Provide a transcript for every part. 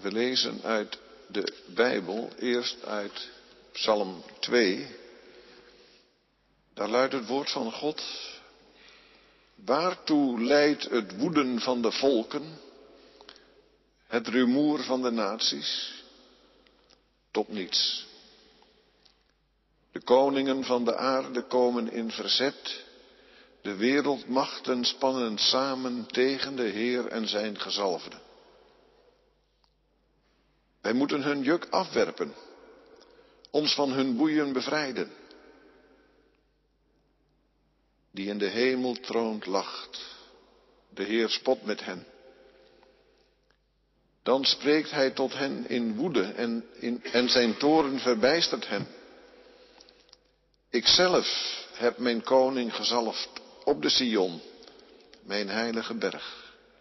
We lezen uit de Bijbel, eerst uit Psalm 2. Daar luidt het woord van God: waartoe leidt het woeden van de volken, het rumoer van de naties? Tot niets. De koningen van de aarde komen in verzet. De wereldmachten spannen samen tegen de Heer en zijn gezalfde. Wij moeten hun juk afwerpen, ons van hun boeien bevrijden. Die in de hemel troont lacht, de Heer spot met hen. Dan spreekt hij tot hen in woede en zijn toorn verbijstert hen. Ikzelf heb mijn koning gezalfd op de Sion, mijn heilige berg.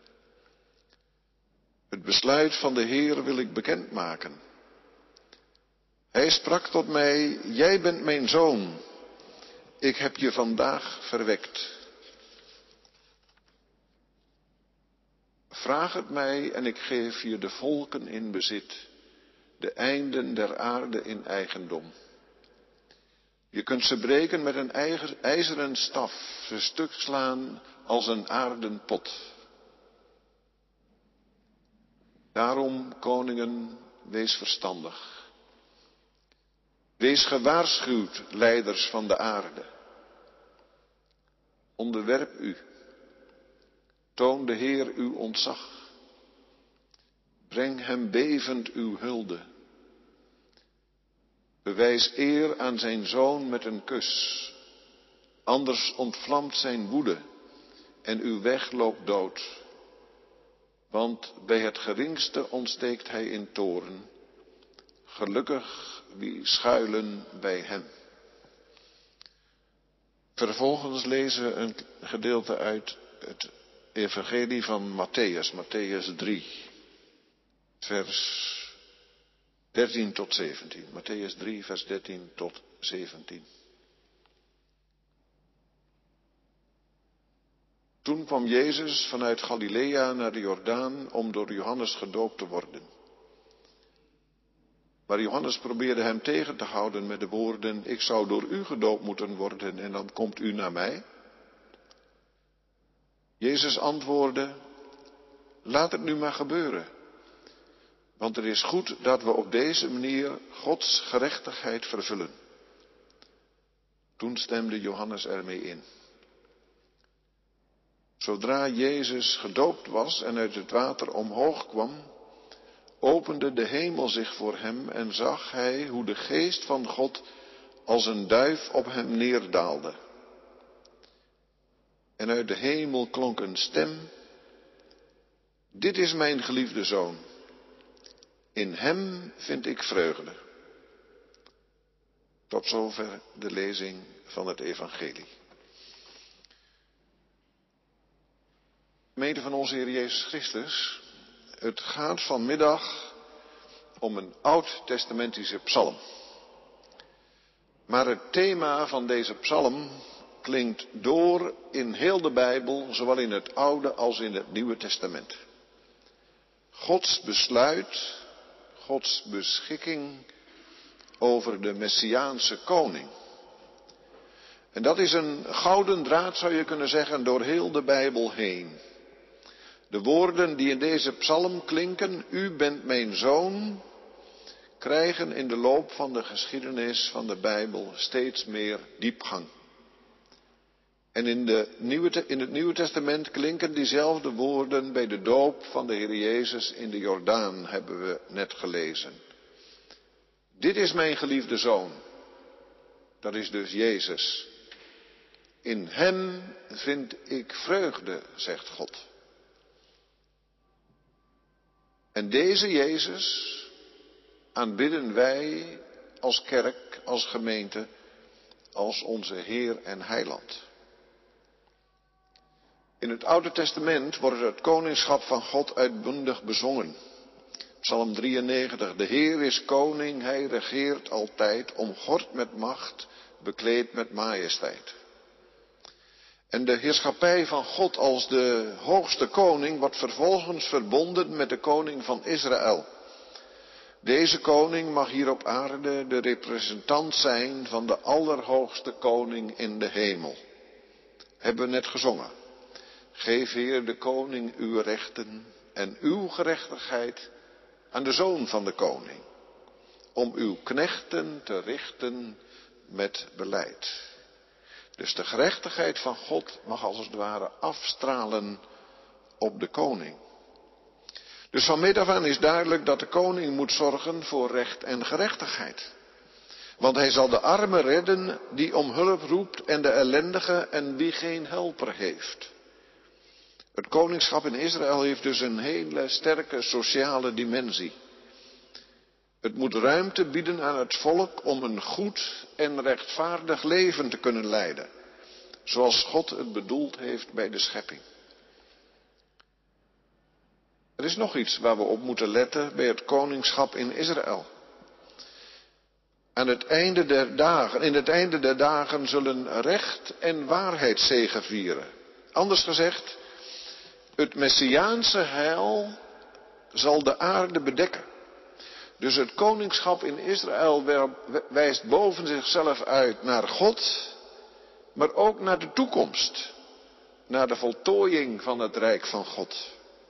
Het besluit van de Heer wil ik bekendmaken. Hij sprak tot mij: jij bent mijn zoon, ik heb je vandaag verwekt. Vraag het mij en ik geef je de volken in bezit, de einden der aarde in eigendom. Je kunt ze breken met een ijzeren staf, ze stuk slaan als een aarden pot. Daarom, koningen, wees verstandig. Wees gewaarschuwd, leiders van de aarde. Onderwerp u. Toon de Heer uw ontzag. Breng hem bevend uw hulde. Bewijs eer aan zijn zoon met een kus. Anders ontvlamt zijn woede en uw weg loopt dood. Want bij het geringste ontsteekt hij in toorn. Gelukkig wie schuilen bij hem. Vervolgens lezen we een gedeelte uit het evangelie van Matthäus, Matthäus 3, vers 13 tot 17. Matthäus 3, vers 13 tot 17. Toen kwam Jezus vanuit Galilea naar de Jordaan om door Johannes gedoopt te worden. Maar Johannes probeerde hem tegen te houden met de woorden: ik zou door u gedoopt moeten worden en dan komt u naar mij. Jezus antwoordde: laat het nu maar gebeuren. Want het is goed dat we op deze manier Gods gerechtigheid vervullen. Toen stemde Johannes ermee in. Zodra Jezus gedoopt was en uit het water omhoog kwam, opende de hemel zich voor hem en zag hij hoe de geest van God als een duif op hem neerdaalde. En uit de hemel klonk een stem: dit is mijn geliefde zoon. In hem vind ik vreugde. Tot zover de lezing van het evangelie. Gemeente van onze Heer Jezus Christus, het gaat vanmiddag om een oud-testamentische psalm. Maar het thema van deze psalm klinkt door in heel de Bijbel, zowel in het Oude als in het Nieuwe Testament. Gods besluit, Gods beschikking over de Messiaanse koning. En dat is een gouden draad, zou je kunnen zeggen, door heel de Bijbel heen. De woorden die in deze psalm klinken: u bent mijn zoon, krijgen in de loop van de geschiedenis van de Bijbel steeds meer diepgang. En in het Nieuwe Testament klinken diezelfde woorden bij de doop van de Heer Jezus in de Jordaan, hebben we net gelezen. Dit is mijn geliefde zoon. Dat is dus Jezus. In hem vind ik vreugde, zegt God. En deze Jezus aanbidden wij als kerk, als gemeente, als onze Heer en Heiland. In het Oude Testament wordt het koningschap van God uitbundig bezongen. Psalm 93, de Heer is koning, hij regeert altijd, omgord met macht, bekleed met majesteit. En de heerschappij van God als de hoogste koning wordt vervolgens verbonden met de koning van Israël. Deze koning mag hier op aarde de representant zijn van de allerhoogste koning in de hemel. Hebben we net gezongen. Geef, Heer, de koning uw rechten en uw gerechtigheid aan de zoon van de koning, om uw knechten te richten met beleid. Dus de gerechtigheid van God mag als het ware afstralen op de koning. Dus van meet af aan is duidelijk dat de koning moet zorgen voor recht en gerechtigheid. Want hij zal de armen redden die om hulp roept en de ellendige en wie geen helper heeft. Het koningschap in Israël heeft dus een hele sterke sociale dimensie. Het moet ruimte bieden aan het volk om een goed en rechtvaardig leven te kunnen leiden. Zoals God het bedoeld heeft bij de schepping. Er is nog iets waar we op moeten letten bij het koningschap in Israël. In het einde der dagen zullen recht en waarheid zegevieren. Anders gezegd, het messiaanse heil zal de aarde bedekken. Dus het koningschap in Israël wijst boven zichzelf uit naar God, maar ook naar de toekomst, naar de voltooiing van het rijk van God.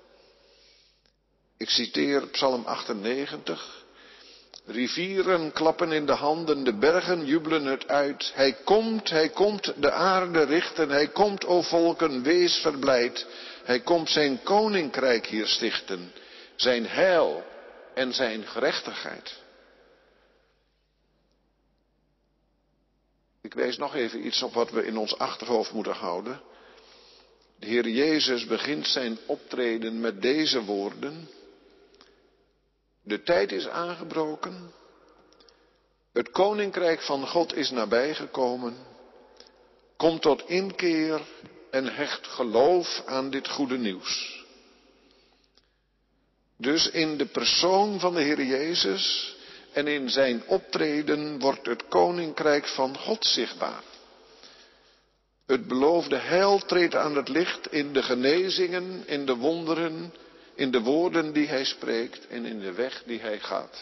Ik citeer Psalm 98. Rivieren klappen in de handen, de bergen jubelen het uit. Hij komt de aarde richten. Hij komt, o volken, wees verblijd. Hij komt zijn koninkrijk hier stichten. Zijn heil en zijn gerechtigheid. Ik wijs nog even iets op wat we in ons achterhoofd moeten houden. De Heer Jezus begint zijn optreden met deze woorden. De tijd is aangebroken. Het koninkrijk van God is nabijgekomen. Kom tot inkeer en hecht geloof aan dit goede nieuws. Dus in de persoon van de Heer Jezus en in zijn optreden wordt het koninkrijk van God zichtbaar. Het beloofde heil treedt aan het licht in de genezingen, in de wonderen, in de woorden die hij spreekt en in de weg die hij gaat.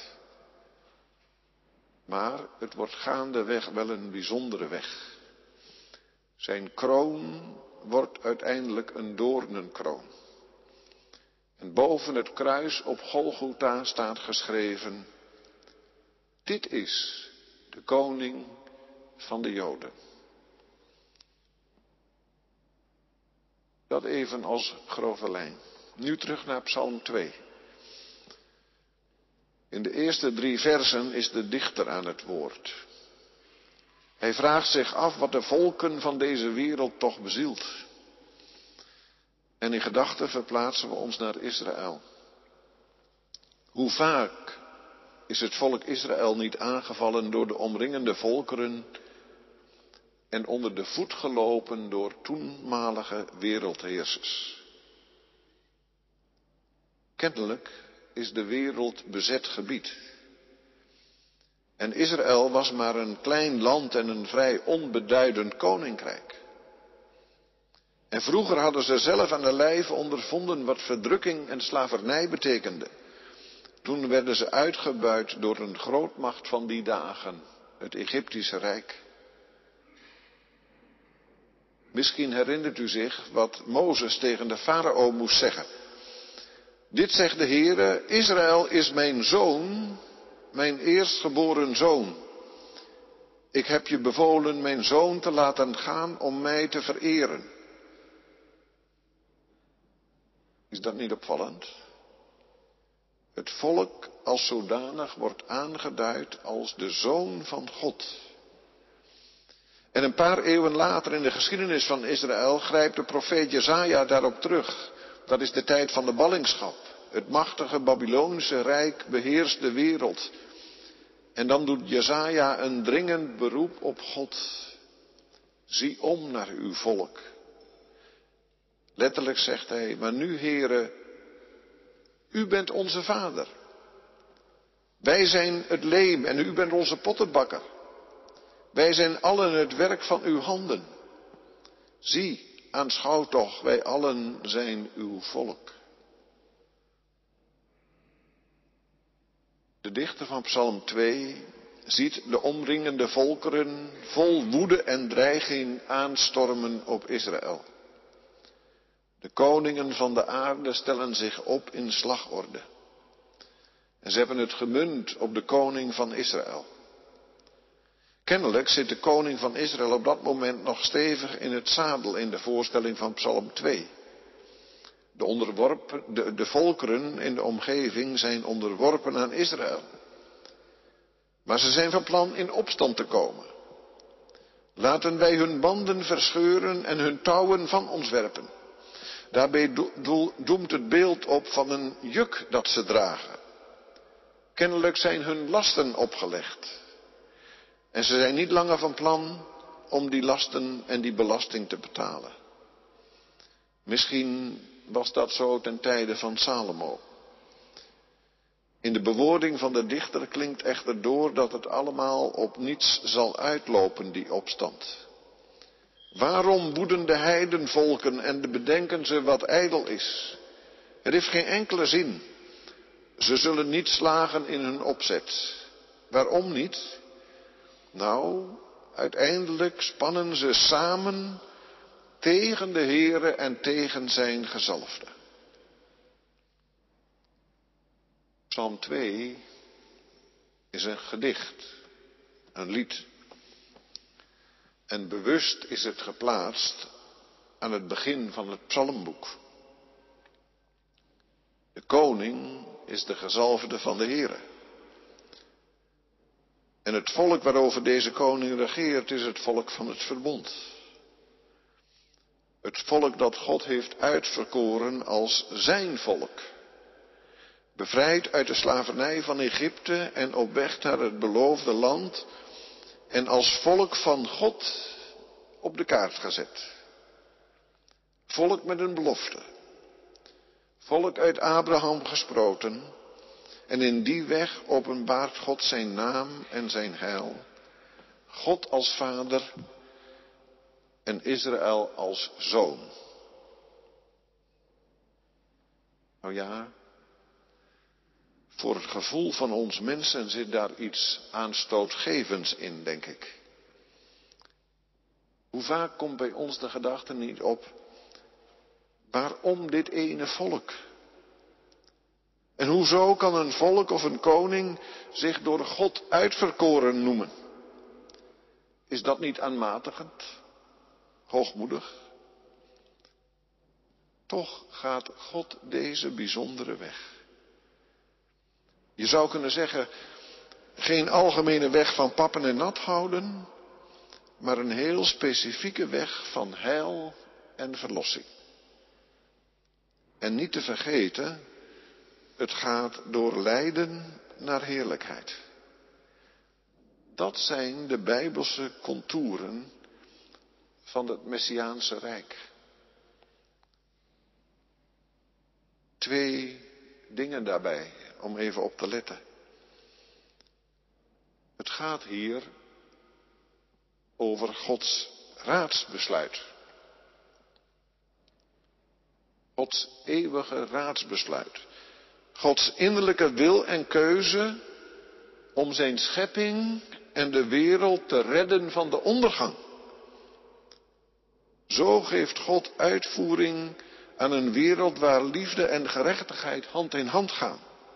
Maar het wordt gaandeweg wel een bijzondere weg. Zijn kroon wordt uiteindelijk een doornenkroon. En boven het kruis op Golgotha staat geschreven: dit is de koning van de Joden. Dat even als grove lijn. Nu terug naar Psalm 2. In de eerste 3 versen is de dichter aan het woord. Hij vraagt zich af wat de volken van deze wereld toch bezielt. En in gedachten verplaatsen we ons naar Israël. Hoe vaak is het volk Israël niet aangevallen door de omringende volkeren en onder de voet gelopen door toenmalige wereldheersers. Kennelijk is de wereld bezet gebied. En Israël was maar een klein land en een vrij onbeduidend koninkrijk. En vroeger hadden ze zelf aan de lijve ondervonden wat verdrukking en slavernij betekende. Toen werden ze uitgebuit door een grootmacht van die dagen, het Egyptische Rijk. Misschien herinnert u zich wat Mozes tegen de farao moest zeggen. Dit zegt de Heere: Israël is mijn zoon, mijn eerstgeboren zoon. Ik heb je bevolen mijn zoon te laten gaan om mij te vereren. Is dat niet opvallend? Het volk als zodanig wordt aangeduid als de zoon van God. En een paar eeuwen later in de geschiedenis van Israël grijpt de profeet Jesaja daarop terug. Dat is de tijd van de ballingschap. Het machtige Babylonische Rijk beheerst de wereld. En dan doet Jesaja een dringend beroep op God. Zie om naar uw volk. Letterlijk zegt hij: maar nu, Heere, u bent onze vader. Wij zijn het leem en u bent onze pottenbakker. Wij zijn allen het werk van uw handen. Zie, aanschouw toch, wij allen zijn uw volk. De De dichter van Psalm 2 ziet de omringende volkeren vol woede en dreiging aanstormen op Israël. De koningen van de aarde stellen zich op in slagorde. En ze hebben het gemunt op de koning van Israël. Kennelijk zit de koning van Israël op dat moment nog stevig in het zadel in de voorstelling van Psalm 2. De volkeren in de omgeving zijn onderworpen aan Israël. Maar ze zijn van plan in opstand te komen. Laten wij hun banden verscheuren en hun touwen van ons werpen. Daarbij doemt het beeld op van een juk dat ze dragen. Kennelijk zijn hun lasten opgelegd. En ze zijn niet langer van plan om die lasten en die belasting te betalen. Misschien was dat zo ten tijde van Salomo. In de bewoording van de dichter klinkt echter door dat het allemaal op niets zal uitlopen, die opstand. Waarom woeden de heidenvolken en bedenken ze wat ijdel is? Het heeft geen enkele zin. Ze zullen niet slagen in hun opzet. Waarom niet? Nou, uiteindelijk spannen ze samen tegen de Heere en tegen zijn gezalfde. Psalm 2 is een gedicht, een lied. En bewust is het geplaatst aan het begin van het psalmboek. De koning is de gezalfde van de Heere. En het volk waarover deze koning regeert is het volk van het verbond. Het volk dat God heeft uitverkoren als zijn volk. Bevrijd uit de slavernij van Egypte en op weg naar het beloofde land. En als volk van God op de kaart gezet. Volk met een belofte. Volk uit Abraham gesproten. En in die weg openbaart God zijn naam en zijn heil. God als vader en Israël als zoon. Nou ja, voor het gevoel van ons mensen zit daar iets aanstootgevends in, denk ik. Hoe vaak komt bij ons de gedachte niet op, waarom dit ene volk? En hoezo kan een volk of een koning zich door God uitverkoren noemen? Is dat niet aanmatigend? Hoogmoedig? Toch gaat God deze bijzondere weg. Je zou kunnen zeggen, geen algemene weg van pappen en nat houden, maar een heel specifieke weg van heil en verlossing. En niet te vergeten, het gaat door lijden naar heerlijkheid. Dat zijn de Bijbelse contouren van het Messiaanse Rijk. 2 dingen daarbij, om even op te letten. Het gaat hier over Gods raadsbesluit. Gods eeuwige raadsbesluit. Gods innerlijke wil en keuze om zijn schepping en de wereld te redden van de ondergang. Zo geeft God uitvoering aan een wereld waar liefde en gerechtigheid hand in hand gaan.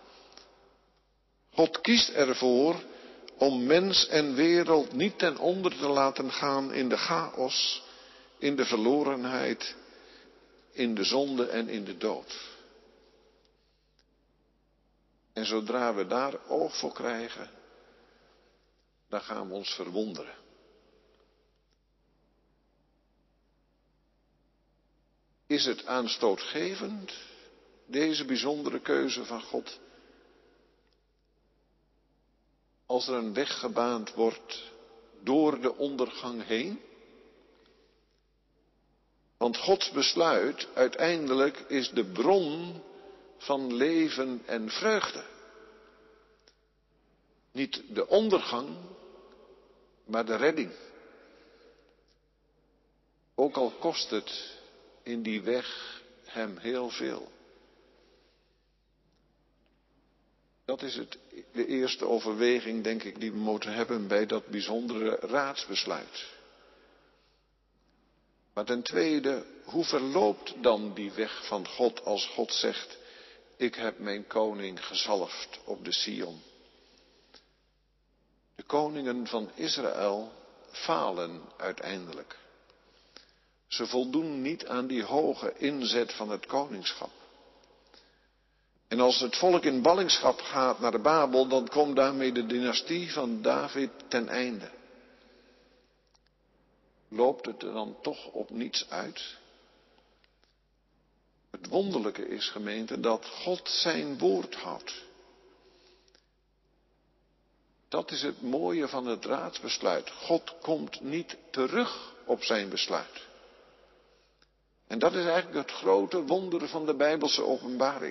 God kiest ervoor om mens en wereld niet ten onder te laten gaan in de chaos, in de verlorenheid, in de zonde en in de dood. En zodra we daar oog voor krijgen, dan gaan we ons verwonderen. Is het aanstootgevend, deze bijzondere keuze van God? Als er een weg gebaand wordt door de ondergang heen? Want Gods besluit uiteindelijk is de bron van leven en vreugde. Niet de ondergang, maar de redding. Ook al kost het in die weg hem heel veel. Dat is de eerste overweging, denk ik, die we moeten hebben bij dat bijzondere raadsbesluit. Maar ten tweede, hoe verloopt dan die weg van God als God zegt: ik heb mijn koning gezalfd op de Sion? De koningen van Israël falen uiteindelijk. Ze voldoen niet aan die hoge inzet van het koningschap. En als het volk in ballingschap gaat naar Babel, dan komt daarmee de dynastie van David ten einde. Loopt het er dan toch op niets uit? Het wonderlijke is, gemeente, dat God zijn woord houdt. Dat is het mooie van het raadsbesluit. God komt niet terug op zijn besluit. En dat is eigenlijk het grote wonder van de Bijbelse openbaring.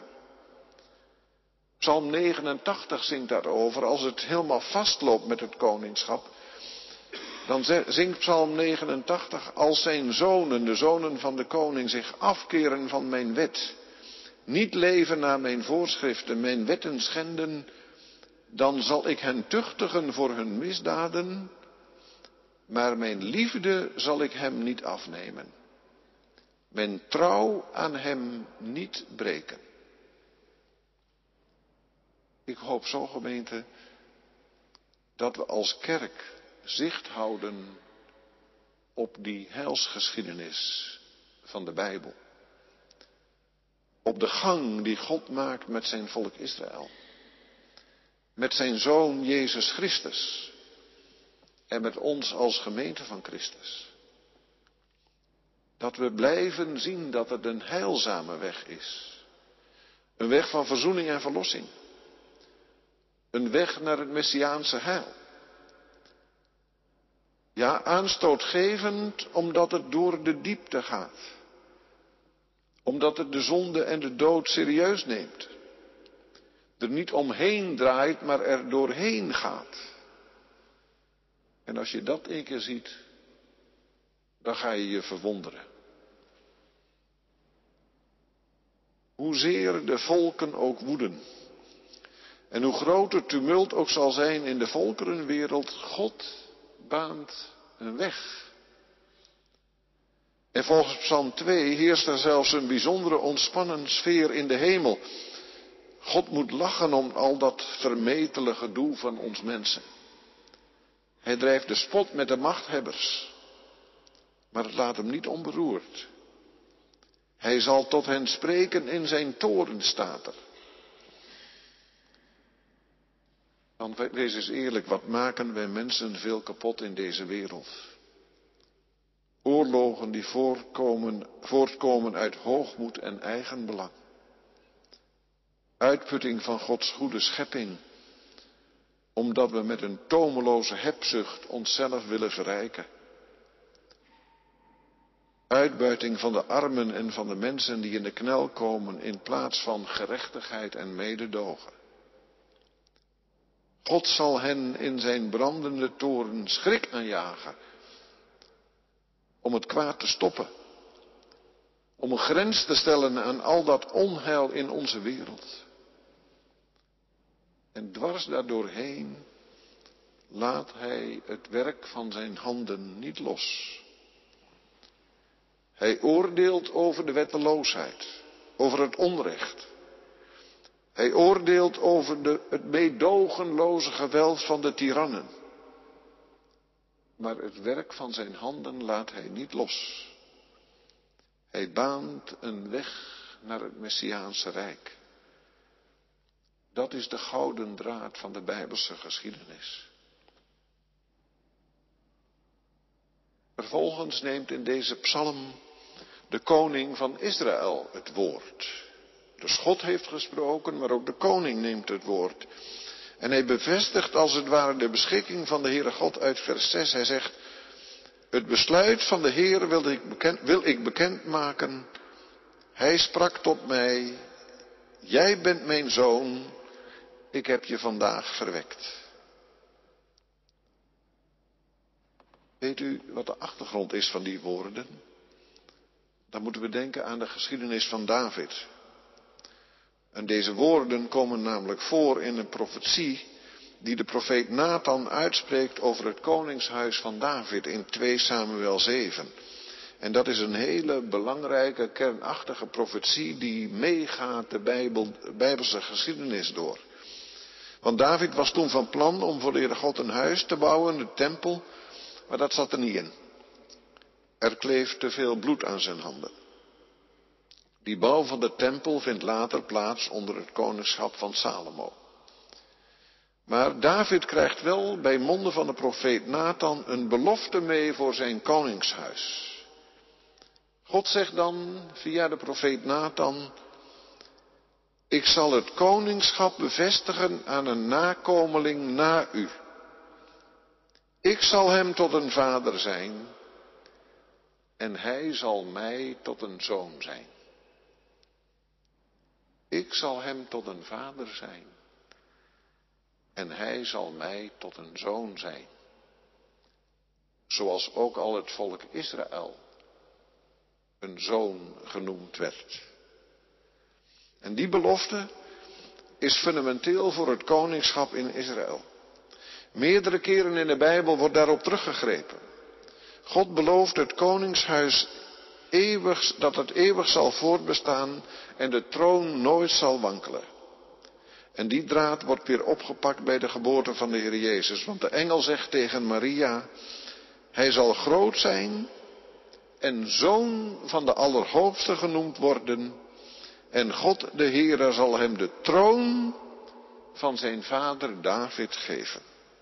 Psalm 89 zingt daarover. Als het helemaal vastloopt met het koningschap, dan zingt Psalm 89, als zijn zonen, de zonen van de koning, zich afkeren van mijn wet, niet leven naar mijn voorschriften, mijn wetten schenden, dan zal ik hen tuchtigen voor hun misdaden, maar mijn liefde zal ik hem niet afnemen. Mijn trouw aan hem niet breken. Ik hoop zo, gemeente, dat we als kerk zicht houden op die heilsgeschiedenis van de Bijbel. Op de gang die God maakt met zijn volk Israël. Met zijn Zoon Jezus Christus. En met ons als gemeente van Christus. Dat we blijven zien dat het een heilzame weg is. Een weg van verzoening en verlossing. Een weg naar het Messiaanse heil. Ja, aanstootgevend omdat het door de diepte gaat. Omdat het de zonde en de dood serieus neemt. Er niet omheen draait, maar er doorheen gaat. En als je dat een keer ziet, dan ga je je verwonderen. Hoezeer de volken ook woeden. En hoe groot het tumult ook zal zijn in de volkerenwereld, God baant een weg. En volgens Psalm 2 heerst er zelfs een bijzondere ontspannen sfeer in de hemel. God moet lachen om al dat vermetele gedoe van ons mensen. Hij drijft de spot met de machthebbers. Maar het laat hem niet onberoerd. Hij zal tot hen spreken in zijn toren, staat er. Want wees eens eerlijk, wat maken wij mensen veel kapot in deze wereld? Oorlogen die voortkomen uit hoogmoed en eigenbelang. Uitputting van Gods goede schepping, omdat we met een tomeloze hebzucht onszelf willen verrijken. Uitbuiting van de armen en van de mensen die in de knel komen in plaats van gerechtigheid en mededogen. God zal hen in zijn brandende toren schrik aanjagen. Om het kwaad te stoppen. Om een grens te stellen aan al dat onheil in onze wereld. En dwars daardoorheen laat hij het werk van zijn handen niet los. Hij oordeelt over de wetteloosheid, over het onrecht. Hij oordeelt over het meedogenloze geweld van de tirannen. Maar het werk van zijn handen laat hij niet los. Hij baant een weg naar het Messiaanse Rijk. Dat is de gouden draad van de Bijbelse geschiedenis. Vervolgens neemt in deze psalm de koning van Israël het woord. Dus God heeft gesproken, maar ook de koning neemt het woord. En hij bevestigt als het ware de beschikking van de Heere God uit vers 6. Hij zegt, het besluit van de Heer wil ik bekendmaken. Hij sprak tot mij, jij bent mijn zoon, ik heb je vandaag verwekt. Weet u wat de achtergrond is van die woorden? Dan moeten we denken aan de geschiedenis van David. En deze woorden komen namelijk voor in een profetie die de profeet Nathan uitspreekt over het koningshuis van David in 2 Samuel 7. En dat is een hele belangrijke, kernachtige profetie die meegaat de Bijbelse geschiedenis door. Want David was toen van plan om voor de Heere God een huis te bouwen, de tempel, maar dat zat er niet in. Er kleeft te veel bloed aan zijn handen. Die bouw van de tempel vindt later plaats onder het koningschap van Salomo. Maar David krijgt wel bij monden van de profeet Nathan een belofte mee voor zijn koningshuis. God zegt dan via de profeet Nathan: ik zal het koningschap bevestigen aan een nakomeling na u. Ik zal hem tot een vader zijn en hij zal mij tot een zoon zijn. Ik zal hem tot een vader zijn en hij zal mij tot een zoon zijn. Zoals ook al het volk Israël een zoon genoemd werd. En die belofte is fundamenteel voor het koningschap in Israël. Meerdere keren in de Bijbel wordt daarop teruggegrepen. God belooft het koningshuis dat het eeuwig zal voortbestaan en de troon nooit zal wankelen. En die draad wordt weer opgepakt bij de geboorte van de Heer Jezus. Want de engel zegt tegen Maria: hij zal groot zijn en zoon van de Allerhoogste genoemd worden. En God de Heere zal hem de troon van zijn vader David geven.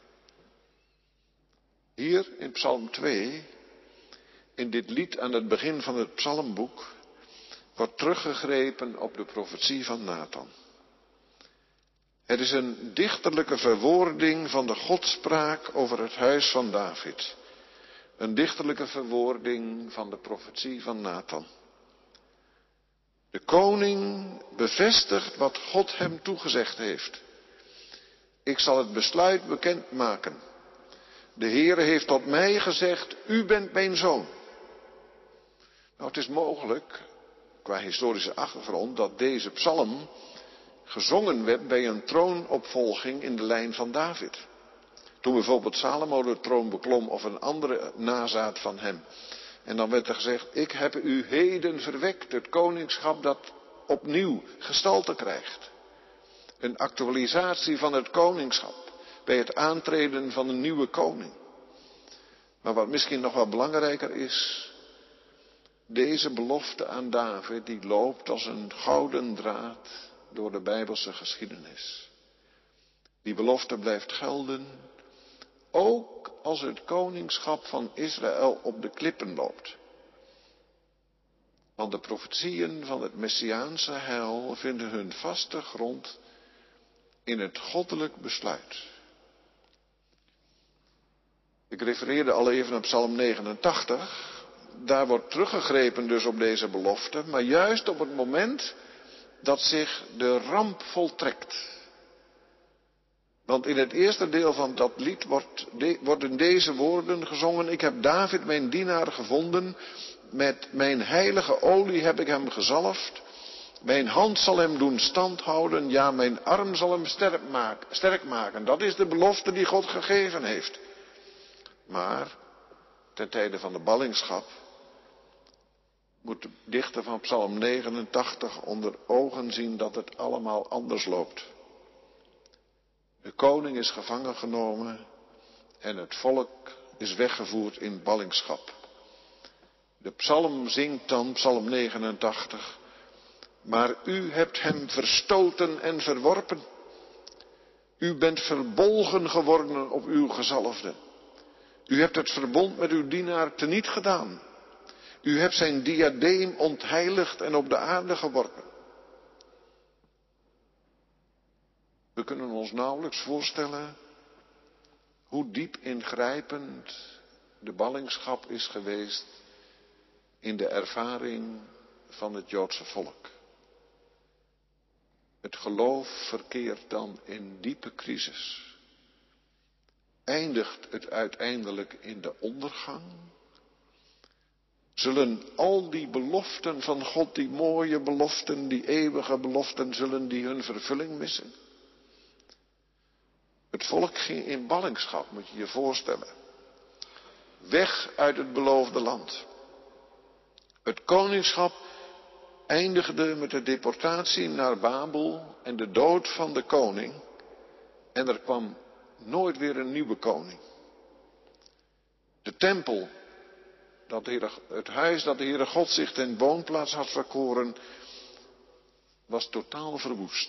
Hier in Psalm 2, in dit lied aan het begin van het psalmboek, wordt teruggegrepen op de profetie van Nathan. Het is een dichterlijke verwoording van de godspraak over het huis van David. Een dichterlijke verwoording van de profetie van Nathan. De koning bevestigt wat God hem toegezegd heeft. Ik zal het besluit bekendmaken. De Heere heeft tot mij gezegd: u bent mijn zoon. Nou, het is mogelijk, qua historische achtergrond, dat deze psalm gezongen werd bij een troonopvolging in de lijn van David. Toen bijvoorbeeld Salomo de troon beklom of een andere nazaat van hem. En dan werd er gezegd: ik heb u heden verwekt, het koningschap dat opnieuw gestalte krijgt. Een actualisatie van het koningschap bij het aantreden van een nieuwe koning. Maar wat misschien nog wel belangrijker is, deze belofte aan David die loopt als een gouden draad door de Bijbelse geschiedenis. Die belofte blijft gelden, ook als het koningschap van Israël op de klippen loopt. Want de profetieën van het Messiaanse heil vinden hun vaste grond in het goddelijk besluit. Ik refereerde al even aan Psalm 89. Daar wordt teruggegrepen dus op deze belofte, maar juist op het moment dat zich de ramp voltrekt. Want in het eerste deel van dat lied worden deze woorden gezongen: ik heb David mijn dienaar gevonden, met mijn heilige olie heb ik hem gezalfd, mijn hand zal hem doen standhouden, ja, mijn arm zal hem sterk maken. Dat is de belofte die God gegeven heeft. Maar ten tijde van de ballingschap moet de dichter van Psalm 89 onder ogen zien dat het allemaal anders loopt. De koning is gevangen genomen en het volk is weggevoerd in ballingschap. De psalm zingt dan, Psalm 89, maar u hebt hem verstoten en verworpen. U bent verbolgen geworden op uw gezalfde. U hebt het verbond met uw dienaar teniet gedaan. U hebt zijn diadeem ontheiligd en op de aarde geworpen. We kunnen ons nauwelijks voorstellen hoe diep ingrijpend de ballingschap is geweest in de ervaring van het Joodse volk. Het geloof verkeert dan in diepe crisis. Eindigt het uiteindelijk in de ondergang? Zullen al die beloften van God, die mooie beloften, die eeuwige beloften, zullen die hun vervulling missen? Het volk ging in ballingschap, moet je je voorstellen. Weg uit het beloofde land. Het koningschap eindigde met de deportatie naar Babel en de dood van de koning. En er kwam nooit weer een nieuwe koning. De tempel, het huis dat de Heere God zich ten woonplaats had verkoren, was totaal verwoest.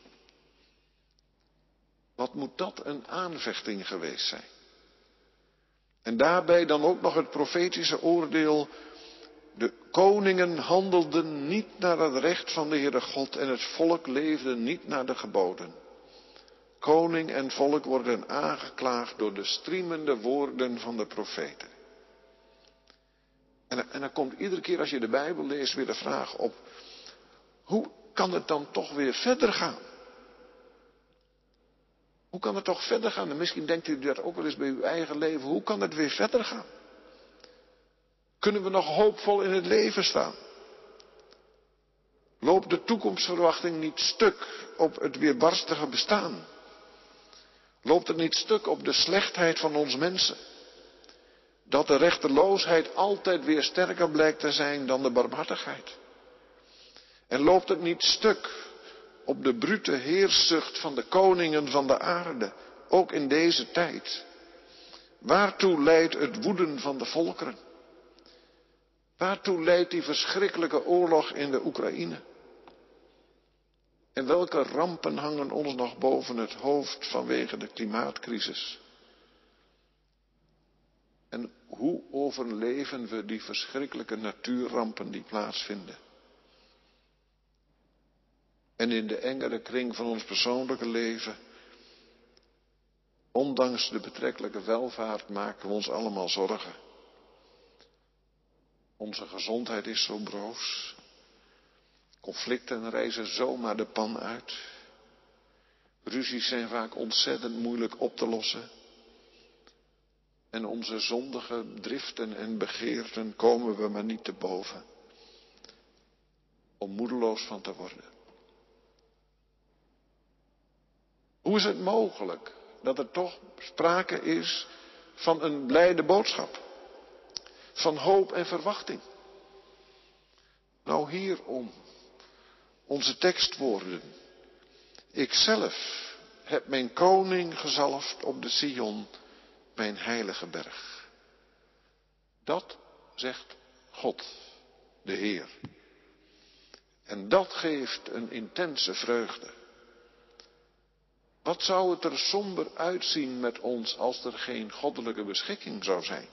Wat moet dat een aanvechting geweest zijn? En daarbij dan ook nog het profetische oordeel. De koningen handelden niet naar het recht van de Heere God en het volk leefde niet naar de geboden. Koning en volk worden aangeklaagd door de striemende woorden van de profeten. En dan komt iedere keer als je de Bijbel leest weer de vraag op: hoe kan het dan toch weer verder gaan? Hoe kan het toch verder gaan? En misschien denkt u dat ook wel eens bij uw eigen leven. Hoe kan het weer verder gaan? Kunnen we nog hoopvol in het leven staan? Loopt de toekomstverwachting niet stuk op het weerbarstige bestaan? Loopt het niet stuk op de slechtheid van ons mensen? Dat de rechteloosheid altijd weer sterker blijkt te zijn dan de barmhartigheid? En loopt het niet stuk op de brute heerszucht van de koningen van de aarde, ook in deze tijd? Waartoe leidt het woeden van de volkeren? Waartoe leidt die verschrikkelijke oorlog in de Oekraïne? En welke rampen hangen ons nog boven het hoofd vanwege de klimaatcrisis? En hoe overleven we die verschrikkelijke natuurrampen die plaatsvinden? En in de engere kring van ons persoonlijke leven, ondanks de betrekkelijke welvaart, maken we ons allemaal zorgen. Onze gezondheid is zo broos. Conflicten reizen zomaar de pan uit. Ruzies zijn vaak ontzettend moeilijk op te lossen. En onze zondige driften en begeerten komen we maar niet te boven. Om moedeloos van te worden. Hoe is het mogelijk dat er toch sprake is van een blijde boodschap? Van hoop en verwachting. Nou hierom, onze tekstwoorden. Ikzelf heb mijn koning gezalfd op de Sion, mijn heilige berg. Dat zegt God, de Heer. En dat geeft een intense vreugde. Wat zou het er somber uitzien met ons als er geen goddelijke beschikking zou zijn?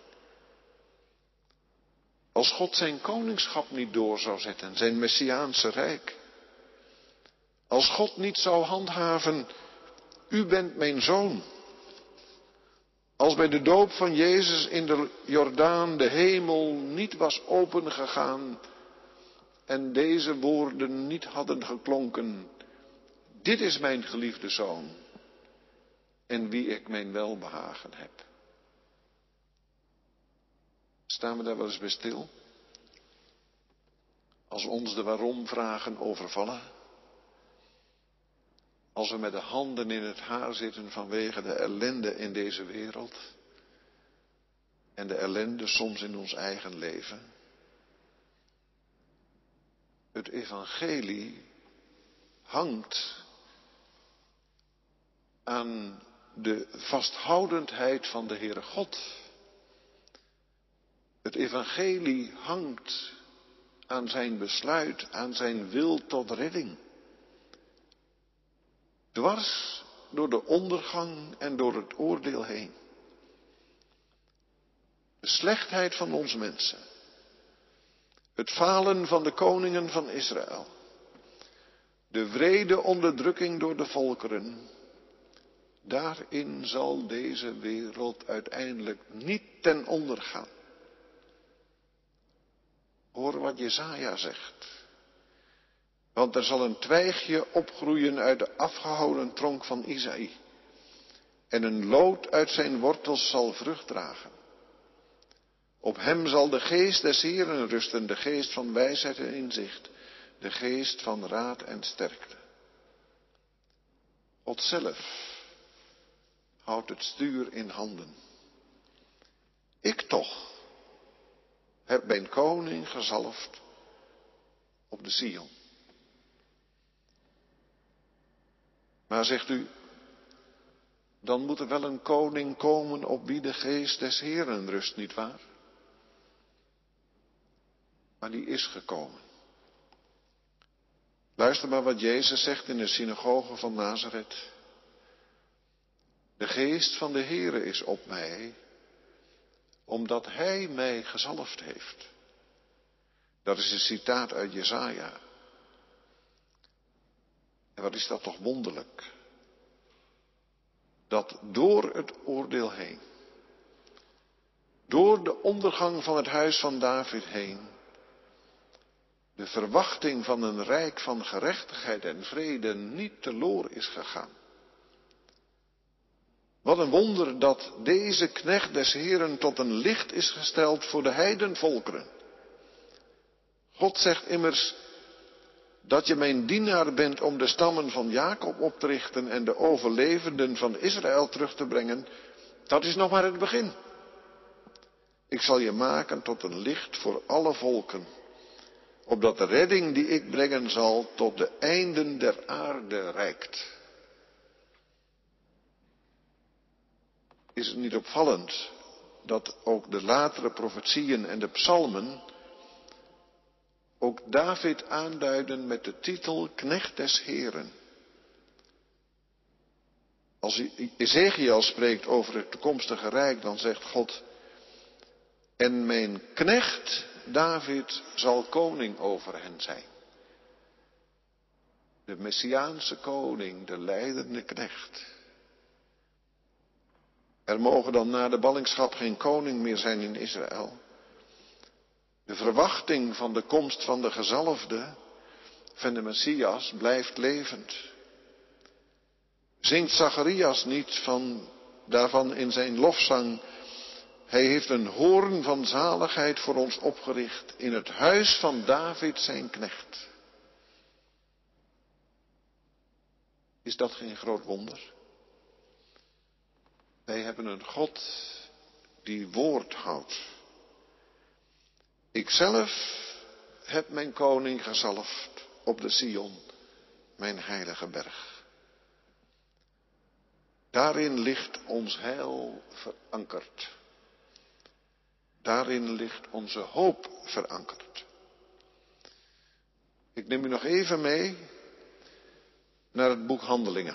Als God zijn koningschap niet door zou zetten, zijn messiaanse rijk. Als God niet zou handhaven, u bent mijn zoon. Als bij de doop van Jezus in de Jordaan de hemel niet was opengegaan en deze woorden niet hadden geklonken. Dit is mijn geliefde zoon, en wie ik mijn welbehagen heb. Staan we daar wel eens bij stil? Als ons de waarom-vragen overvallen? Als we met de handen in het haar zitten vanwege de ellende in deze wereld? En de ellende soms in ons eigen leven? Het evangelie hangt aan de vasthoudendheid van de Heere God. Het evangelie hangt aan zijn besluit, aan zijn wil tot redding. Dwars door de ondergang en door het oordeel heen. De slechtheid van ons mensen. Het falen van de koningen van Israël. De wrede onderdrukking door de volkeren. Daarin zal deze wereld uiteindelijk niet ten onder gaan. Hoor wat Jesaja zegt. Want er zal een twijgje opgroeien uit de afgehouwen tronk van Isaïe. En een loot uit zijn wortels zal vrucht dragen. Op hem zal de geest des Heeren rusten, de geest van wijsheid en inzicht, de geest van raad en sterkte. God zelf houdt het stuur in handen. Ik toch heb mijn koning gezalfd op de Sion. Maar zegt u, dan moet er wel een koning komen op wie de geest des Heeren rust, nietwaar? Maar die is gekomen. Luister maar wat Jezus zegt in de synagoge van Nazareth. De geest van de Heere is op mij, omdat hij mij gezalfd heeft. Dat is een citaat uit Jesaja. En wat is dat toch wonderlijk? Dat door het oordeel heen, door de ondergang van het huis van David heen, de verwachting van een rijk van gerechtigheid en vrede niet teloor is gegaan. Wat een wonder dat deze knecht des Heeren tot een licht is gesteld voor de heidenvolkeren. God zegt immers dat je mijn dienaar bent om de stammen van Jacob op te richten en de overlevenden van Israël terug te brengen. Dat is nog maar het begin. Ik zal je maken tot een licht voor alle volken, opdat de redding die ik brengen zal tot de einden der aarde reikt. Is het niet opvallend dat ook de latere profetieën en de psalmen ook David aanduiden met de titel Knecht des Heeren? Als Ezekiel spreekt over het toekomstige rijk, dan zegt God: en mijn knecht David zal koning over hen zijn. De Messiaanse koning, de leidende knecht. Er mogen dan na de ballingschap geen koning meer zijn in Israël. De verwachting van de komst van de gezalfde, van de Messias, blijft levend. Zingt Zacharias niet daarvan in zijn lofzang: hij heeft een hoorn van zaligheid voor ons opgericht in het huis van David zijn knecht. Is dat geen groot wonder? Wij hebben een God die woord houdt. Ikzelf heb mijn koning gezalfd op de Sion, mijn heilige berg. Daarin ligt ons heil verankerd. Daarin ligt onze hoop verankerd. Ik neem u nog even mee naar het boek Handelingen.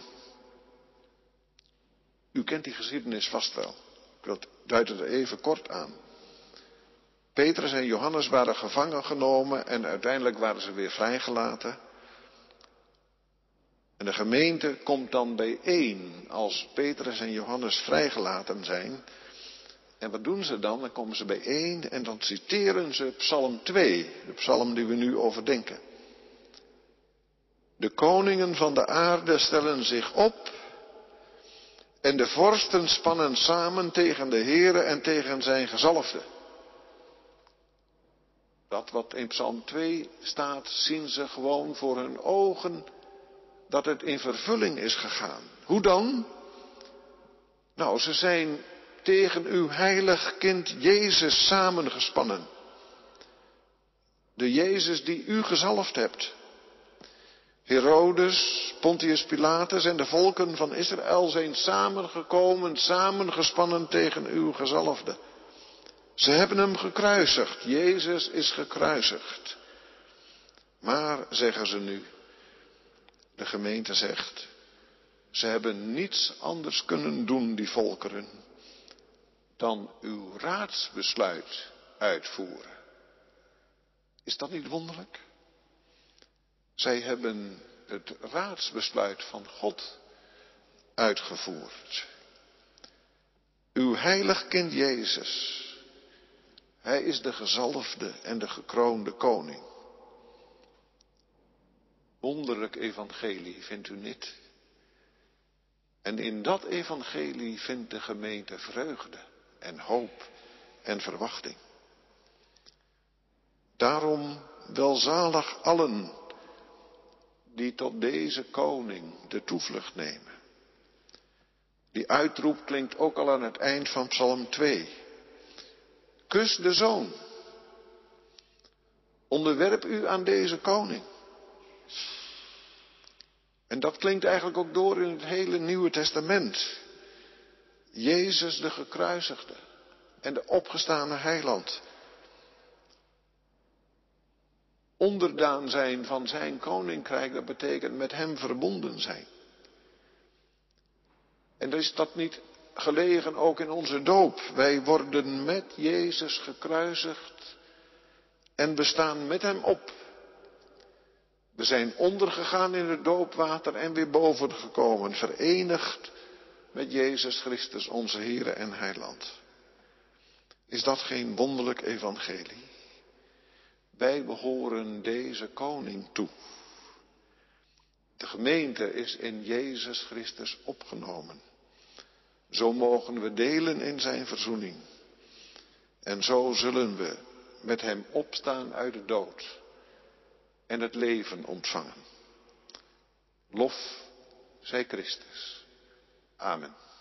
U kent die geschiedenis vast wel. Ik duid het er even kort aan. Petrus en Johannes waren gevangen genomen en uiteindelijk waren ze weer vrijgelaten. En de gemeente komt dan bijeen als Petrus en Johannes vrijgelaten zijn. En wat doen ze dan? Dan komen ze bijeen en dan citeren ze Psalm 2, de psalm die we nu overdenken. De koningen van de aarde stellen zich op en de vorsten spannen samen tegen de Heere en tegen zijn gezalfde. Dat wat in Psalm 2 staat, zien ze gewoon voor hun ogen dat het in vervulling is gegaan. Hoe dan? Nou, ze zijn tegen uw heilig kind Jezus samengespannen. De Jezus die u gezalfd hebt. Herodes, Pontius Pilatus en de volken van Israël zijn samengekomen, samengespannen tegen uw gezalfde. Ze hebben hem gekruisigd. Jezus is gekruisigd. Maar, zeggen ze nu, de gemeente zegt, ze hebben niets anders kunnen doen, die volkeren, dan uw raadsbesluit uitvoeren. Is dat niet wonderlijk? Zij hebben het raadsbesluit van God uitgevoerd. Uw heilig kind Jezus, hij is de gezalfde en de gekroonde koning. Wonderlijk evangelie, vindt u niet? En in dat evangelie vindt de gemeente vreugde en hoop en verwachting. Daarom welzalig allen die tot deze koning de toevlucht nemen. Die uitroep klinkt ook al aan het eind van Psalm 2. Kus de Zoon. Onderwerp u aan deze koning. En dat klinkt eigenlijk ook door in het hele Nieuwe Testament. Jezus de gekruisigde en de opgestane heiland. Onderdaan zijn van zijn koninkrijk, dat betekent met hem verbonden zijn. En is dat niet gelegen ook in onze doop? Wij worden met Jezus gekruisigd en we staan met hem op. We zijn ondergegaan in het doopwater en weer boven gekomen, verenigd met Jezus Christus, onze Heere en Heiland. Is dat geen wonderlijk evangelie? Wij behoren deze koning toe. De gemeente is in Jezus Christus opgenomen. Zo mogen we delen in zijn verzoening. En zo zullen we met hem opstaan uit de dood en het leven ontvangen. Lof zij Christus. Amen.